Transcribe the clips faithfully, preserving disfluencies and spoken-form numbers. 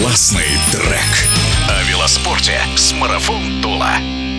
Классный трек. О велоспорте с Марафон Тула.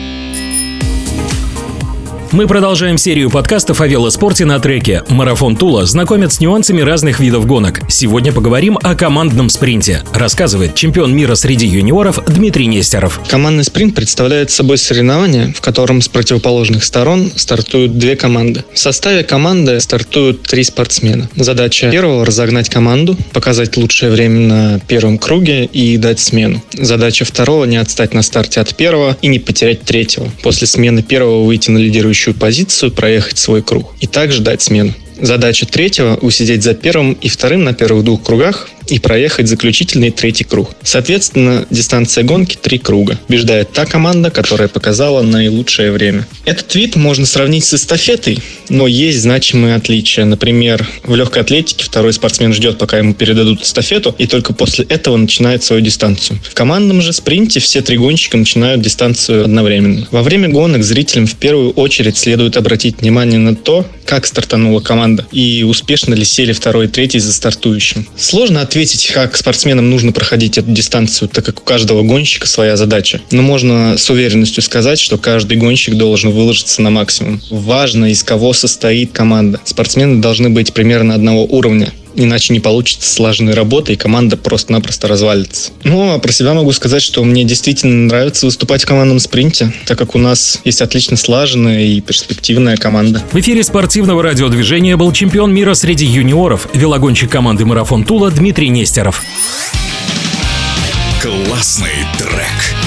Мы продолжаем серию подкастов о велоспорте на треке. Марафон Тула знакомит с нюансами разных видов гонок. Сегодня поговорим о командном спринте, рассказывает чемпион мира среди юниоров Дмитрий Нестеров. Командный спринт представляет собой соревнование, в котором с противоположных сторон стартуют две команды. В составе команды стартуют три спортсмена. Задача первого — разогнать команду, показать лучшее время на первом круге и дать смену. Задача второго — не отстать на старте от первого и не потерять третьего. После смены первого выйти на лидирующую позицию, проехать свой круг и также дать смену. Задача третьего — усидеть за первым и вторым на первых двух кругах и проехать заключительный третий круг. Соответственно, дистанция гонки — три круга. Побеждает та команда, которая показала наилучшее время. Этот вид можно сравнить с эстафетой, но есть значимые отличия. Например, в легкой атлетике второй спортсмен ждет, пока ему передадут эстафету, и только после этого начинает свою дистанцию. В командном же спринте все три гонщика начинают дистанцию одновременно. Во время гонок зрителям в первую очередь следует обратить внимание на то, как стартанула команда и успешно ли сели второй и третий за стартующим. Сложно ответить, как спортсменам нужно проходить эту дистанцию, так как у каждого гонщика своя задача. Но можно с уверенностью сказать, что каждый гонщик должен выложиться на максимум. Важно, из кого состоит команда. Спортсмены должны быть примерно одного уровня. Иначе не получится слаженной работы, и команда просто-напросто развалится. Ну, а про себя могу сказать, что мне действительно нравится выступать в командном спринте, так как у нас есть отлично слаженная и перспективная команда. В эфире спортивного радиодвижения был чемпион мира среди юниоров, велогонщик команды Марафон Тула Дмитрий Нестеров. Классный трек.